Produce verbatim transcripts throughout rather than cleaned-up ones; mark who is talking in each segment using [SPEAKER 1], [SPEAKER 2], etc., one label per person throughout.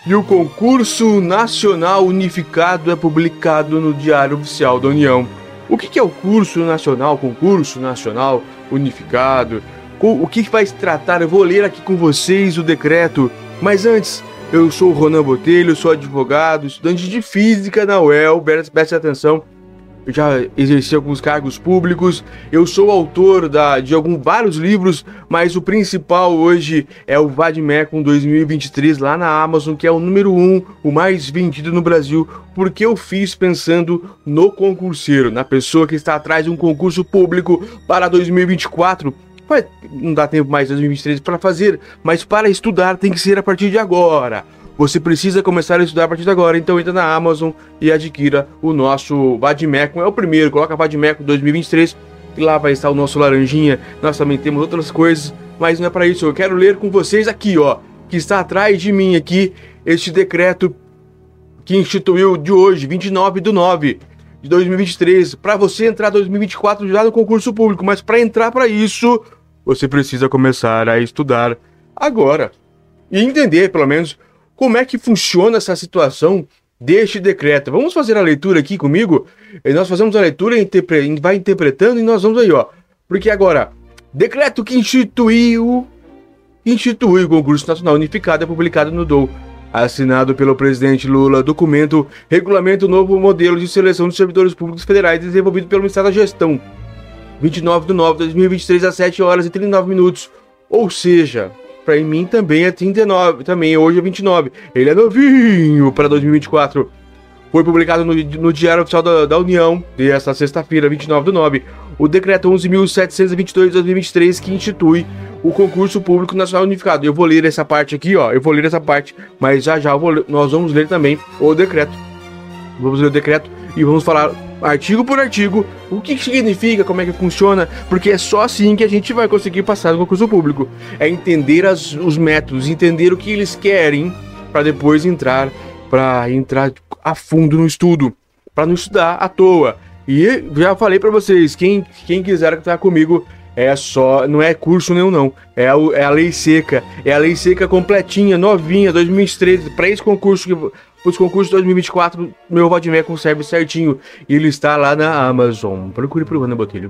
[SPEAKER 1] e o concurso nacional unificado é publicado no Diário Oficial da União. O que é o curso nacional, concurso nacional unificado? O que vai se tratar? Eu vou ler aqui com vocês o decreto, mas antes, eu sou o Ronan Botelho, sou advogado, estudante de física na U E L, preste atenção. Eu já exerci alguns cargos públicos, eu sou autor da, de alguns, vários livros, mas o principal hoje é o Vademecum dois mil e vinte e três lá na Amazon, que é o número um, o mais vendido no Brasil, porque eu fiz pensando no concurseiro, na pessoa que está atrás de um concurso público para dois mil e vinte e quatro. Não dá tempo mais dois mil e vinte e três para fazer, mas para estudar tem que ser a partir de agora. Você precisa começar a estudar a partir de agora, então entra na Amazon e adquira o nosso Vademecum. É o primeiro, coloca Vademecum dois mil e vinte e três e lá vai estar o nosso laranjinha. Nós também temos outras coisas, mas não é para isso. Eu quero ler com vocês aqui, ó, que está atrás de mim aqui, este decreto que instituiu de hoje, vinte e nove de nove de dois mil e vinte e três, para você entrar em dois mil e vinte e quatro já no concurso público. Mas para entrar para isso, você precisa começar a estudar agora e entender, pelo menos, como é que funciona essa situação deste decreto. Vamos fazer a leitura aqui comigo? E nós fazemos a leitura, interpre... vai interpretando e nós vamos aí, ó. Porque agora, decreto que instituiu, institui o concurso nacional unificado é publicado no D O U. Assinado pelo presidente Lula, documento regulamenta o novo modelo de seleção de servidores públicos federais desenvolvido pelo Ministério da Gestão. vinte e nove de nove de dois mil e vinte e três às sete horas e trinta e nove minutos. Ou seja, para mim também é trinta e nove, também hoje é vinte e nove. Ele é novinho para dois mil e vinte e quatro. Foi publicado no, no Diário Oficial da, da União, desta sexta-feira, vinte e nove de nove, o decreto onze mil setecentos e vinte e dois de dois mil e vinte e três, que institui o concurso público nacional unificado. Eu vou ler essa parte aqui, ó, eu vou ler essa parte, mas já já vou, nós vamos ler também o decreto. Vamos ler o decreto e vamos falar artigo por artigo, o que significa, como é que funciona, porque é só assim que a gente vai conseguir passar no concurso público. É entender as, os métodos, entender o que eles querem, para depois entrar, para entrar a fundo no estudo, para não estudar à toa. E já falei para vocês, quem, quem quiser estar comigo, é só, não é curso nenhum não, é a, é a lei seca, é a lei seca completinha, novinha, dois mil e vinte e três, para esse concurso que... Os concursos de dois mil e vinte e quatro, meu Vademecum serve certinho. E ele está lá na Amazon. Procure por Ronan Botelho.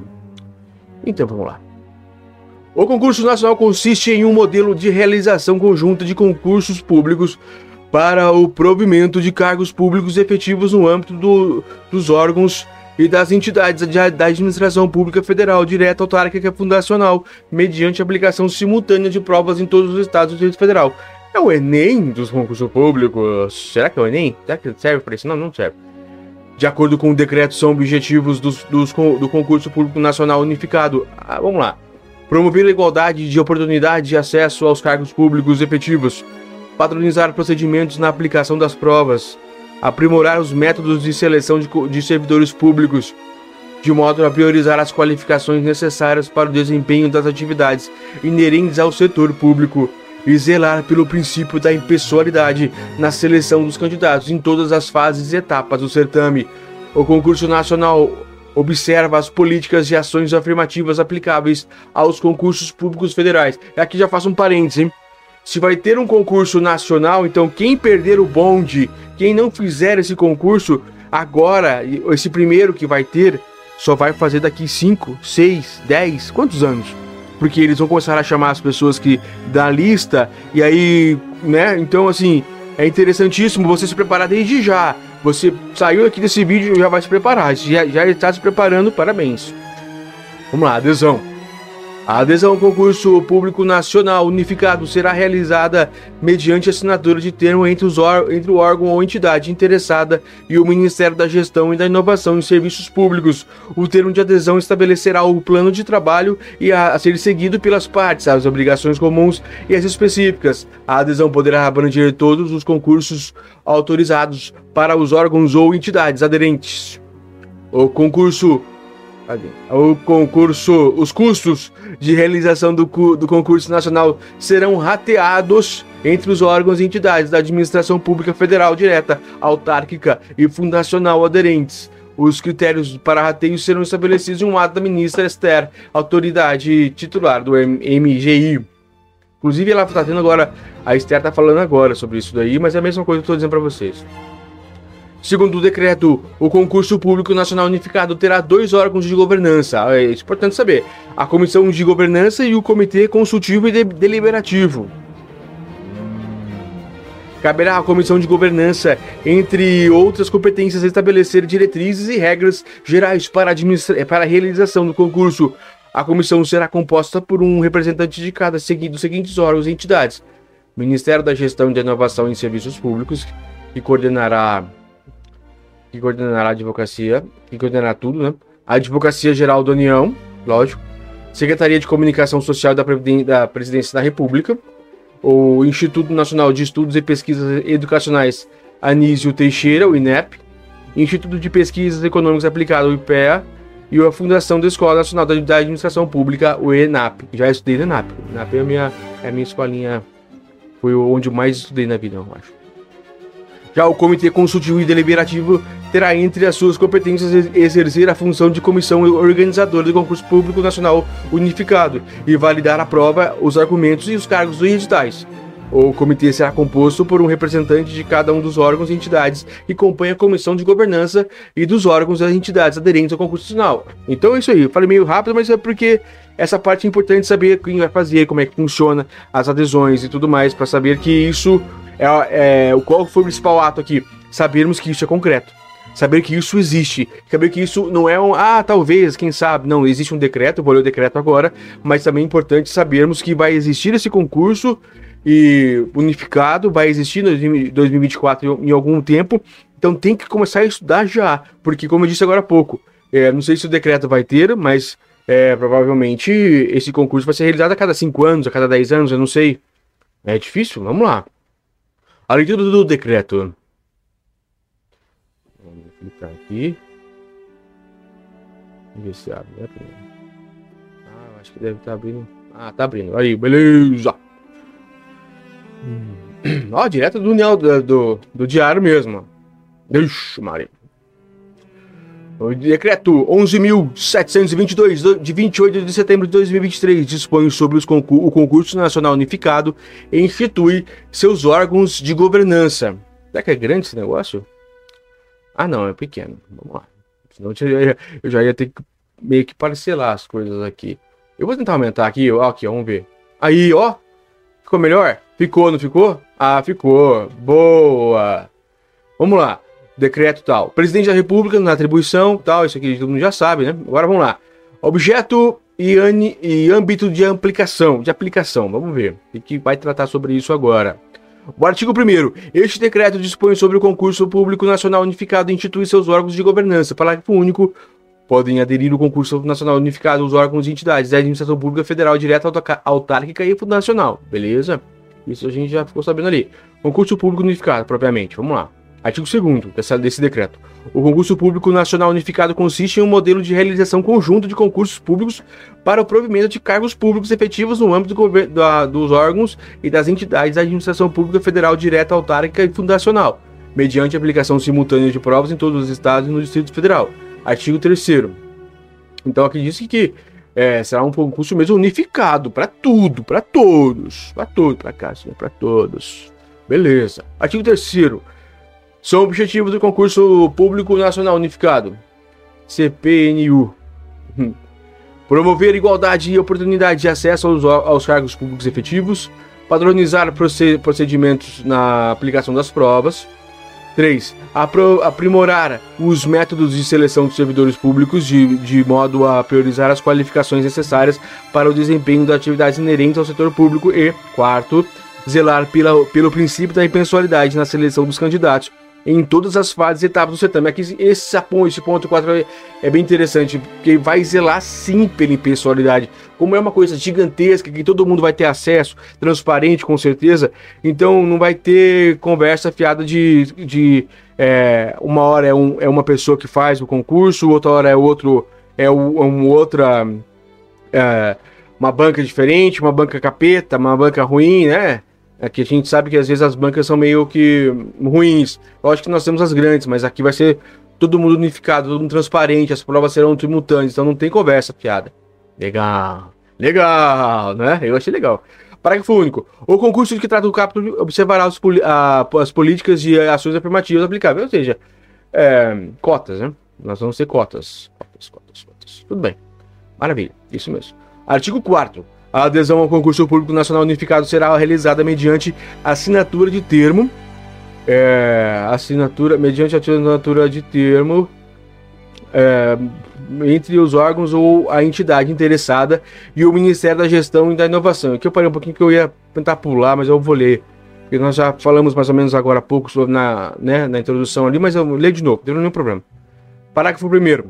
[SPEAKER 1] Então vamos lá. O concurso nacional consiste em um modelo de realização conjunta de concursos públicos para o provimento de cargos públicos efetivos no âmbito do, dos órgãos e das entidades da administração pública federal, direta, autárquica e fundacional, mediante aplicação simultânea de provas em todos os estados do Distrito Federal. É o Enem dos concursos públicos? Será que é o Enem? Será que serve para isso? Não, não serve. De acordo com o decreto, são objetivos dos, dos, do concurso público nacional unificado. Ah, vamos lá. Promover a igualdade de oportunidade de acesso aos cargos públicos efetivos. Padronizar procedimentos na aplicação das provas. Aprimorar os métodos de seleção de, de servidores públicos, de modo a priorizar as qualificações necessárias para o desempenho das atividades inerentes ao setor público. E zelar pelo princípio da impessoalidade na seleção dos candidatos em todas as fases e etapas do certame. O concurso nacional observa as políticas e ações afirmativas aplicáveis aos concursos públicos federais. Aqui já faço um parênteses, hein? Se vai ter um concurso nacional, então quem perder o bonde, quem não fizer esse concurso, agora, esse primeiro que vai ter, só vai fazer daqui cinco, seis, dez, quantos anos? Porque eles vão começar a chamar as pessoas que da lista, e aí, né, então assim, é interessantíssimo você se preparar desde já. Você saiu aqui desse vídeo e já vai se preparar, já, já está se preparando, parabéns. Vamos lá, adesão. A adesão ao concurso público nacional unificado será realizada mediante assinatura de termo entre, os entre o órgão ou entidade interessada e o Ministério da Gestão e da Inovação em Serviços Públicos. O termo de adesão estabelecerá o plano de trabalho e a, a ser seguido pelas partes, as obrigações comuns e as específicas. A adesão poderá abranger todos os concursos autorizados para os órgãos ou entidades aderentes. O concurso O concurso, os custos de realização do, do concurso nacional serão rateados entre os órgãos e entidades da administração pública federal direta, autárquica e fundacional aderentes. Os critérios para rateio serão estabelecidos em um ato da ministra Esther, autoridade titular do M G I. Inclusive, ela tá tendo agora, a Esther tá falando agora sobre isso daí, mas é a mesma coisa que eu tô dizendo para vocês. Segundo o decreto, o concurso público nacional unificado terá dois órgãos de governança. É importante saber: a comissão de governança e o comitê consultivo e de deliberativo. Caberá à comissão de governança, entre outras competências, estabelecer diretrizes e regras gerais para, para a realização do concurso. A comissão será composta por um representante de cada dos seguintes órgãos e entidades: Ministério da Gestão e da Inovação em Serviços Públicos, que coordenará que coordenará a advocacia, que coordenará tudo, né? A Advocacia Geral da União, lógico. Secretaria de Comunicação Social da, da Presidência da República. O Instituto Nacional de Estudos e Pesquisas Educacionais Anísio Teixeira, o INEP. Instituto de Pesquisas Econômicas Aplicadas, o I P E A. E a Fundação da Escola Nacional da Administração Pública, o ENAP. Já estudei no ENAP. O ENAP é a minha, é a minha escolinha, foi onde eu mais estudei na vida, eu acho. Já o Comitê Consultivo e Deliberativo terá entre as suas competências exercer a função de comissão organizadora do concurso público nacional unificado e validar a prova, os argumentos e os cargos dos editais. O comitê será composto por um representante de cada um dos órgãos e entidades que compõem a comissão de governança e dos órgãos e entidades aderentes ao concurso nacional. Então é isso aí, eu falei meio rápido, mas é porque essa parte é importante saber quem vai fazer, como é que funciona as adesões e tudo mais, para saber que isso é, é qual foi o principal ato aqui, sabermos que isso é concreto. Saber que isso existe, saber que isso não é um, ah, talvez, quem sabe, não, existe um decreto, eu vou ler o decreto agora, mas também é importante sabermos que vai existir esse concurso e unificado, vai existir em dois mil e vinte e quatro em algum tempo, então tem que começar a estudar já, porque como eu disse agora há pouco, é, não sei se o decreto vai ter, mas é, provavelmente esse concurso vai ser realizado a cada cinco anos, a cada dez anos, eu não sei, é difícil, vamos lá. A leitura do decreto. Vamos clicar aqui. Vamos ver se abre, né? Ah, eu acho que deve estar abrindo. Ah, tá abrindo. Aí, beleza. Hum. Ó, direto do, do, do, do diário mesmo. Ixi, Maria. O decreto onze mil setecentos e vinte e dois, de vinte e oito de setembro de dois mil e vinte e três, dispõe sobre os concur o concurso nacional unificado e institui seus órgãos de governança. Será que é grande esse negócio? Ah, não, é pequeno. Vamos lá. Senão eu já ia, eu já ia ter que meio que parcelar as coisas aqui. Eu vou tentar aumentar aqui, ó, aqui, ó, vamos ver. Aí, ó. Ficou melhor? Ficou, não ficou? Ah, ficou. Boa. Vamos lá. Decreto tal. Presidente da República na atribuição, tal, isso aqui todo mundo já sabe, né? Agora vamos lá. Objeto e, ani, e âmbito de aplicação, de aplicação, vamos ver. O que vai tratar sobre isso agora. O artigo primeiro. Este decreto dispõe sobre o concurso público nacional unificado e institui seus órgãos de governança. Parágrafo único. Podem aderir ao concurso nacional unificado os órgãos e entidades da administração pública federal, direta, autárquica e fundacional. Beleza? Isso a gente já ficou sabendo ali. Concurso público unificado, propriamente. Vamos lá. Artigo segundo dessa, desse decreto. O concurso público nacional unificado consiste em um modelo de realização conjunto de concursos públicos para o provimento de cargos públicos efetivos no âmbito do da, dos órgãos e das entidades da administração pública federal, direta, autárquica e fundacional, mediante aplicação simultânea de provas em todos os estados e no Distrito Federal. Artigo terceiro. Então aqui diz que é, será um concurso mesmo unificado para tudo, para todos, para todos, para cá, para todos. Beleza. Artigo terceiro. São objetivos do concurso público nacional unificado, C P N U. Promover igualdade e oportunidade de acesso aos, aos cargos públicos efetivos, padronizar procedimentos na aplicação das provas. três. Aprimorar os métodos de seleção dos servidores públicos de, de modo a priorizar as qualificações necessárias para o desempenho das atividades inerentes ao setor público. E quarto. Zelar pela, pelo princípio da impessoalidade na seleção dos candidatos em todas as fases e etapas do certame. Aqui esse, esse ponto quatro é, é bem interessante, porque vai zelar sim pela impessoalidade. Como é uma coisa gigantesca, que todo mundo vai ter acesso, transparente com certeza, então não vai ter conversa fiada de, de é, uma hora é, um, é uma pessoa que faz o concurso, outra hora é outro, é uma outra, é, uma banca diferente, uma banca capeta, uma banca ruim, né? Aqui a gente sabe que às vezes as bancas são meio que ruins. Lógico que nós temos as grandes, mas aqui vai ser todo mundo unificado, todo mundo transparente, as provas serão simultâneas, então não tem conversa, piada. Legal, legal, né? Eu achei legal. Parágrafo único. O concurso de que trata o capítulo observará os poli a, as políticas e ações afirmativas aplicáveis, ou seja, é, cotas, né? Nós vamos ter cotas. Cotas, cotas, cotas. Tudo bem. Maravilha. Isso mesmo. Artigo quarto. A adesão ao concurso público nacional unificado será realizada mediante assinatura de termo. É, assinatura, mediante assinatura de termo é, entre os órgãos ou a entidade interessada e o Ministério da Gestão e da Inovação. Aqui eu parei um pouquinho que eu ia tentar pular, mas eu vou ler. Porque nós já falamos mais ou menos agora há pouco sobre na, né, na introdução ali, mas eu leio de novo, não tem nenhum problema. Parágrafo primeiro.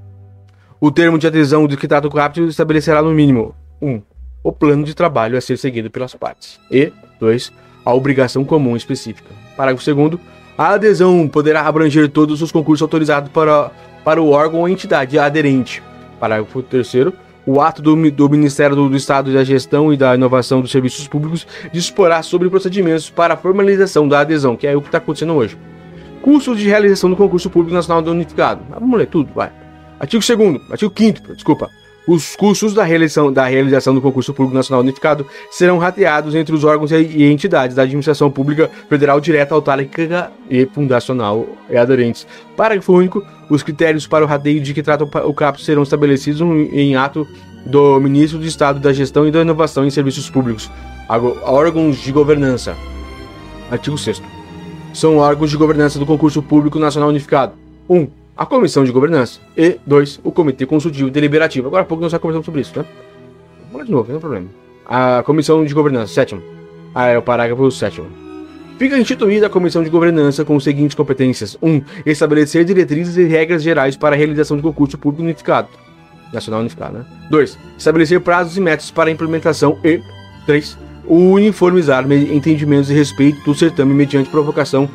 [SPEAKER 1] O termo de adesão do que trata o capítulo estabelecerá no mínimo um. O plano de trabalho a ser seguido pelas partes. E dois. A obrigação comum específica. Parágrafo segundo. A adesão poderá abranger todos os concursos autorizados para, para o órgão ou entidade aderente. Parágrafo terceiro. O ato do, do Ministério do, do Estado da Gestão e da Inovação dos Serviços Públicos disporá sobre procedimentos para a formalização da adesão, que é o que está acontecendo hoje. Custos de realização do concurso público nacional unificado. Ah, vamos ler tudo, vai. Artigo segundo, artigo quinto, desculpa. Os custos da realização, da realização do concurso público nacional unificado serão rateados entre os órgãos e entidades da administração pública federal direta, autárquica e fundacional e aderentes. Parágrafo único. Os critérios para o rateio de que trata o capítulo serão estabelecidos em ato do Ministro do Estado da Gestão e da Inovação em Serviços Públicos. Órgãos de governança. Artigo sexto. São órgãos de governança do concurso público nacional unificado. um. A Comissão de Governança. E dois. O Comitê Consultivo Deliberativo. Agora há pouco nós já conversamos sobre isso, né? Vamos lá de novo, não tem problema. A Comissão de Governança. Sétimo. Ah, é o parágrafo sétimo. Fica instituída a Comissão de Governança com as seguintes competências. um. Estabelecer diretrizes e regras gerais para a realização de concurso público unificado. Nacional unificado, né? dois. Estabelecer prazos e métodos para a implementação. E três. Uniformizar entendimentos e respeito do certame mediante provocação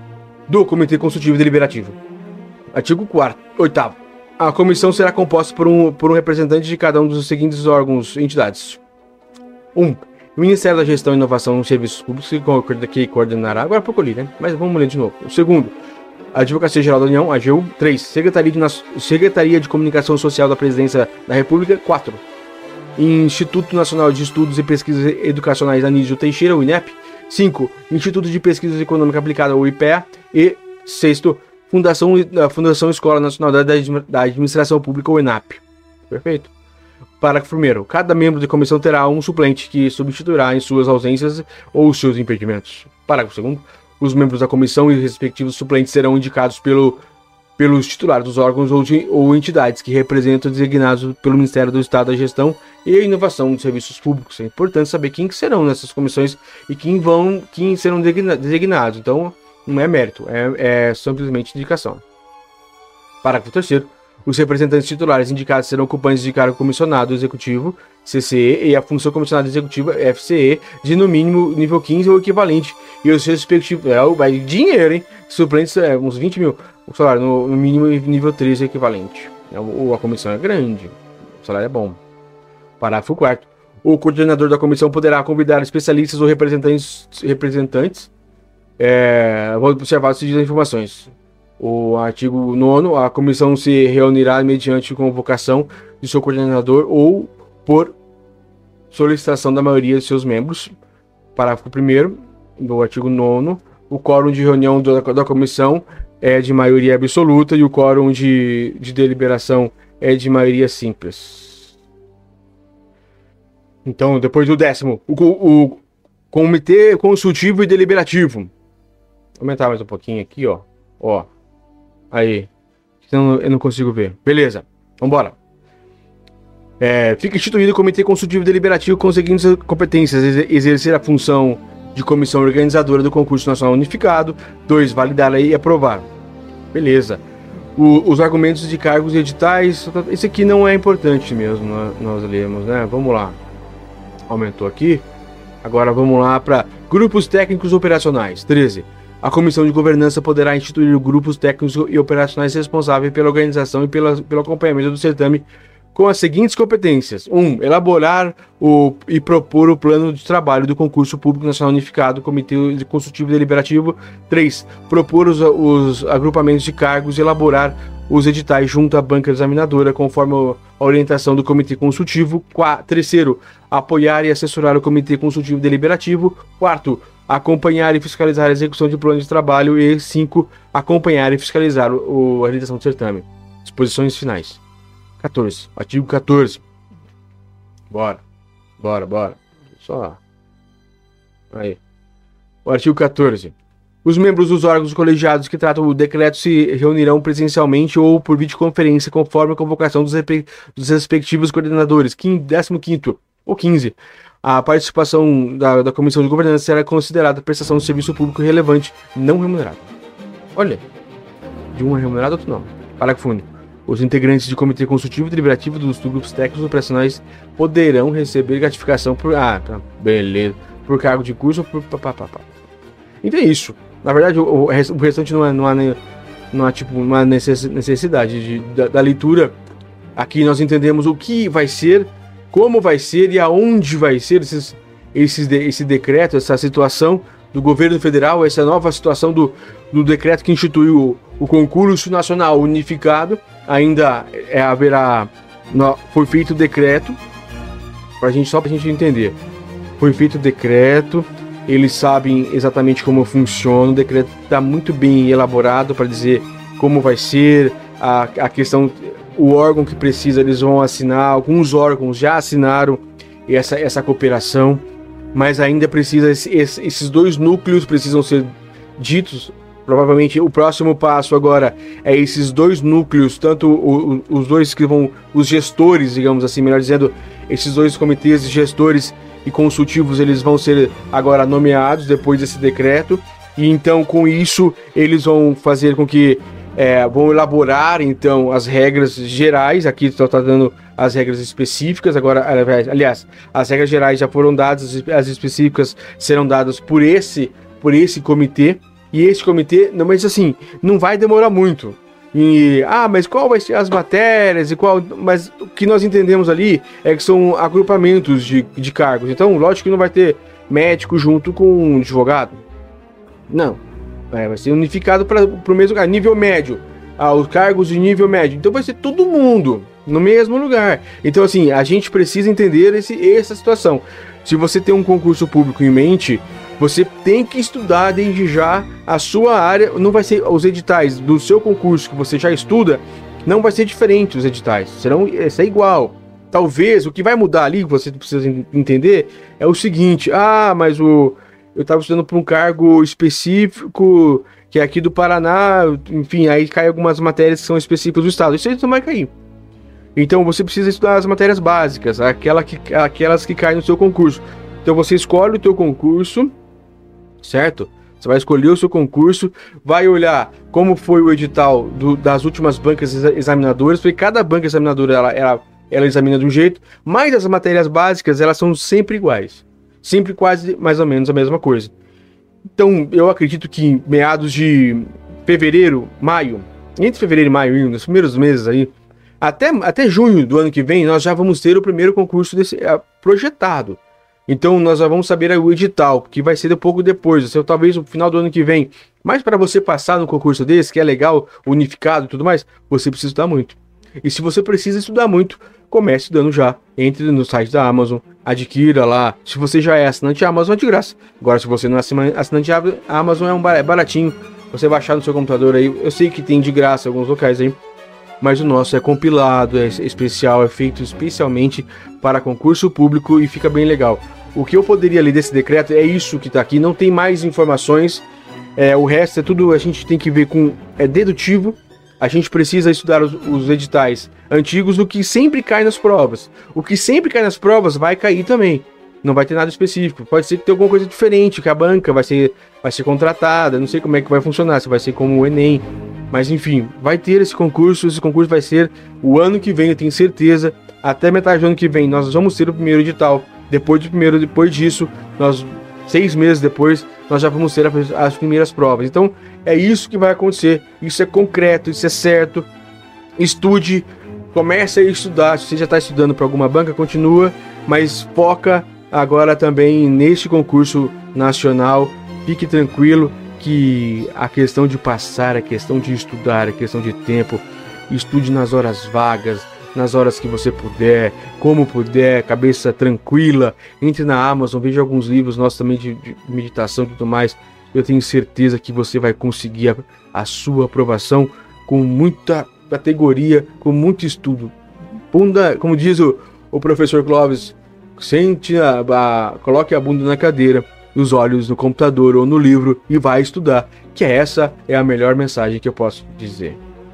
[SPEAKER 1] do Comitê Consultivo Deliberativo. Artigo quarto, oitavo. A comissão será composta por um, por um representante de cada um dos seguintes órgãos e entidades. um. O Ministério da Gestão e Inovação nos Serviços Públicos, que coordenará. Agora há pouco ali, né? Mas vamos ler de novo. O segundo, a Advocacia Geral da União, a A G U. três. Secretaria de, Secretaria de Comunicação Social da Presidência da República. quatro. Instituto Nacional de Estudos e Pesquisas Educacionais Anísio Teixeira, o INEP. cinco. Instituto de Pesquisas Econômica Aplicada, o I P E A. E sexto. Fundação, a Fundação Escola Nacional da, da Administração Pública, o ENAP. Perfeito. Parágrafo primeiro. Cada membro da comissão terá um suplente que substituirá em suas ausências ou seus impedimentos. Parágrafo segundo. Os membros da comissão e os respectivos suplentes serão indicados pelo, pelos titulares dos órgãos ou, de, ou entidades que representam designados pelo Ministério do Estado da Gestão e Inovação dos Serviços Públicos. É importante saber quem que serão nessas comissões e quem, vão, quem serão designados. Então, não é mérito, é, é simplesmente indicação. Parágrafo terceiro. Os representantes titulares indicados serão ocupantes de cargo comissionado executivo, C C E, e a função comissionada executiva, F C E, de no mínimo nível quinze ou equivalente. E os respectivos... É, vai dinheiro, hein? Suplentes, é, uns vinte mil. O salário no, no mínimo nível treze equivalente. É, o, a comissão é grande. O salário é bom. Parágrafo quarto. O coordenador da comissão poderá convidar especialistas ou representantes... representantes É, vou observar as seguintes informações. O artigo nono. A comissão se reunirá mediante convocação de seu coordenador ou por solicitação da maioria de seus membros. Parágrafo primeiro do artigo nono. O quórum de reunião da, da comissão é de maioria absoluta e o quórum de, de deliberação é de maioria simples. Então, depois do décimo, o, o Comitê Consultivo e Deliberativo. Vou aumentar mais um pouquinho aqui, ó. Ó. Aí. Senão eu não consigo ver. Beleza. Vambora. É, fica instituído o Comitê Consultivo Deliberativo com as seguintes competências: exercer a função de comissão organizadora do concurso nacional unificado. dois. Validar e aprovar. Beleza. O, os argumentos de cargos e editais. Esse aqui não é importante mesmo. Nós, nós lemos, né? Vamos lá. Aumentou aqui. Agora vamos lá para grupos técnicos operacionais. treze. A Comissão de Governança poderá instituir grupos técnicos e operacionais responsáveis pela organização e pela, pelo acompanhamento do certame com as seguintes competências. um. Elaborar o, e propor o plano de trabalho do concurso público nacional unificado, Comitê Consultivo Deliberativo. três. Propor os, os agrupamentos de cargos e elaborar os editais junto à banca examinadora, conforme a orientação do Comitê Consultivo. Qua- Terceiro, apoiar e assessorar o Comitê Consultivo Deliberativo. Quarto, acompanhar e fiscalizar a execução de planos de trabalho. E cinco, acompanhar e fiscalizar o, a realização do certame. Disposições finais. quatorze. Artigo quatorze. Bora. Bora, bora. Só. Aí. O artigo quatorze. Os membros dos órgãos colegiados que tratam o decreto se reunirão presencialmente ou por videoconferência, conforme a convocação dos, repre- dos respectivos coordenadores. décimo quinto ou quinze. A participação da, da Comissão de Governança será considerada prestação de serviço público relevante, não remunerado. Olha, de um é remunerado, outro não. Parágrafo único. Os integrantes do Comitê Consultivo Deliberativo dos grupos técnicos operacionais poderão receber gratificação por... Ah, tá, beleza. Por cargo de curso ou por... Pá, pá, pá, pá. Então é isso. Na verdade, o, o restante não, é, não há, não há tipo, uma necessidade de, da, da leitura. Aqui nós entendemos o que vai ser, como vai ser e aonde vai ser esses, esses, esse decreto, essa situação do governo federal, essa nova situação do, do decreto que instituiu o, o concurso nacional unificado. Ainda é, haverá... No, foi feito o decreto, pra gente, só para a gente entender. Foi feito o decreto... Eles sabem exatamente como funciona, o decreto está muito bem elaborado para dizer como vai ser, a, a questão, o órgão que precisa, eles vão assinar, alguns órgãos já assinaram essa, essa cooperação, mas ainda precisa, esse, esses dois núcleos precisam ser ditos. Provavelmente o próximo passo agora é esses dois núcleos, tanto o, o, os dois que vão, os gestores, digamos assim, melhor dizendo, esses dois comitês de gestores e consultivos, eles vão ser agora nomeados depois desse decreto, e então com isso eles vão fazer com que é, vão elaborar então as regras gerais. Aqui estou dando as regras específicas agora, aliás, as regras gerais já foram dadas, as específicas serão dadas por esse por esse comitê, e esse comitê, não, mas assim, não vai demorar muito. E, ah, mas qual vai ser as matérias e qual... Mas o que nós entendemos ali é que são agrupamentos de, de cargos. Então, lógico que não vai ter médico junto com um advogado. Não. É, vai ser unificado para o mesmo lugar. Nível médio. Ah, os cargos de nível médio. Então vai ser todo mundo no mesmo lugar. Então, assim, a gente precisa entender esse, essa situação. Se você tem um concurso público em mente, você tem que estudar desde já a sua área. Não vai ser os editais do seu concurso que você já estuda, não vai ser diferente os editais, serão é igual. Talvez o que vai mudar ali, você precisa entender, é o seguinte: ah, mas o eu estava estudando para um cargo específico que é aqui do Paraná, enfim, aí cai algumas matérias que são específicas do estado. Isso aí não vai cair. Então você precisa estudar as matérias básicas, aquela que, aquelas que caem no seu concurso. Então você escolhe o teu concurso, certo? Você vai escolher o seu concurso, vai olhar como foi o edital do, das últimas bancas examinadoras, porque cada banca examinadora ela, ela, ela examina de um jeito, mas as matérias básicas elas são sempre iguais, sempre quase mais ou menos a mesma coisa. Então eu acredito que em meados de fevereiro, maio, entre fevereiro e maio, nos primeiros meses aí, até, até junho do ano que vem, nós já vamos ter o primeiro concurso desse, uh, projetado. Então nós já vamos saber o edital, que vai ser um pouco depois, ou seja, talvez no final do ano que vem. Mas para você passar no concurso desse, que é legal, unificado e tudo mais, você precisa estudar muito. E se você precisa estudar muito, comece estudando já. Entre no site da Amazon, adquira lá. Se você já é assinante, a Amazon é de graça. Agora, se você não é assinante, a Amazon é um baratinho. Você baixar no seu computador aí. Eu sei que tem de graça em alguns locais aí, mas o nosso é compilado, é especial, é feito especialmente para concurso público e fica bem legal. O que eu poderia ler desse decreto é isso que está aqui, não tem mais informações, é, o resto é tudo, a gente tem que ver com, é dedutivo, a gente precisa estudar os, os editais antigos do que sempre cai nas provas. O que sempre cai nas provas vai cair também, não vai ter nada específico, pode ser que tenha alguma coisa diferente, que a banca vai ser, vai ser contratada, não sei como é que vai funcionar, se vai ser como o Enem, mas enfim, vai ter esse concurso, esse concurso vai ser o ano que vem, eu tenho certeza, até metade do ano que vem nós vamos ter o primeiro edital. Depois do primeiro, depois disso, nós seis meses depois, nós já vamos ter as, as primeiras provas. Então, é isso que vai acontecer. Isso é concreto, isso é certo. Estude, comece a estudar. Se você já está estudando para alguma banca, continua, mas foca agora também neste concurso nacional. Fique tranquilo que a questão de passar, a questão de estudar, a questão de tempo, estude nas horas vagas, nas horas que você puder, como puder, cabeça tranquila. Entre na Amazon, veja alguns livros nossos também de, de meditação e tudo mais. Eu tenho certeza que você vai conseguir a, a sua aprovação com muita categoria, com muito estudo. Bunda, como diz o, o professor Clóvis, sente a, a, coloque a bunda na cadeira, os olhos no computador ou no livro e vai estudar, que essa é a melhor mensagem que eu posso dizer.